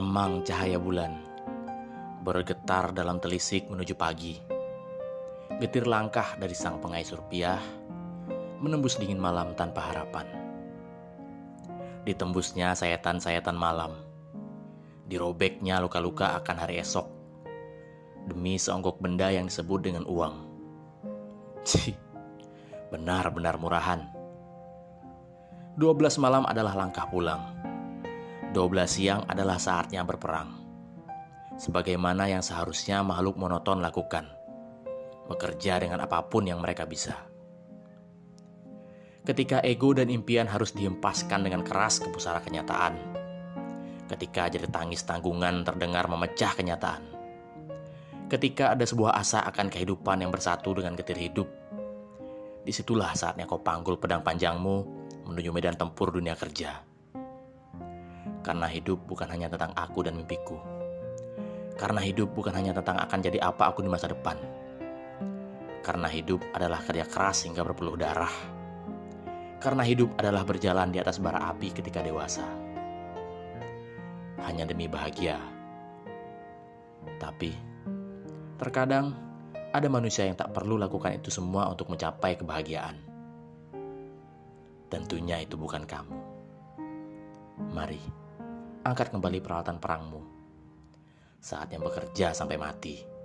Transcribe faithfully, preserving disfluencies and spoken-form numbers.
Remang cahaya bulan bergetar dalam telisik menuju pagi. Getir langkah dari sang pengais rupiah menembus dingin malam tanpa harapan. Ditembusnya sayatan-sayatan malam, dirobeknya luka-luka akan hari esok demi seonggok benda yang disebut dengan uang. Cih, benar-benar murahan. Dua belas malam adalah langkah pulang. Dua belas siang adalah saatnya berperang. Sebagaimana yang seharusnya makhluk monoton lakukan, bekerja dengan apapun yang mereka bisa. Ketika ego dan impian harus dihempaskan dengan keras ke pusara kenyataan. Ketika jerit tangis tanggungan terdengar memecah kenyataan. Ketika ada sebuah asa akan kehidupan yang bersatu dengan getir hidup. Disitulah saatnya kau panggul pedang panjangmu menuju medan tempur dunia kerja. Karena hidup bukan hanya tentang aku dan mimpiku. Karena hidup bukan hanya tentang akan jadi apa aku di masa depan. Karena hidup adalah kerja keras hingga berpeluh darah. Karena hidup adalah berjalan di atas bara api ketika dewasa. Hanya demi bahagia. Tapi, terkadang ada manusia yang tak perlu lakukan itu semua untuk mencapai kebahagiaan. Tentunya itu bukan kamu. Mari, angkat kembali peralatan perangmu. Saatnya bekerja sampai mati.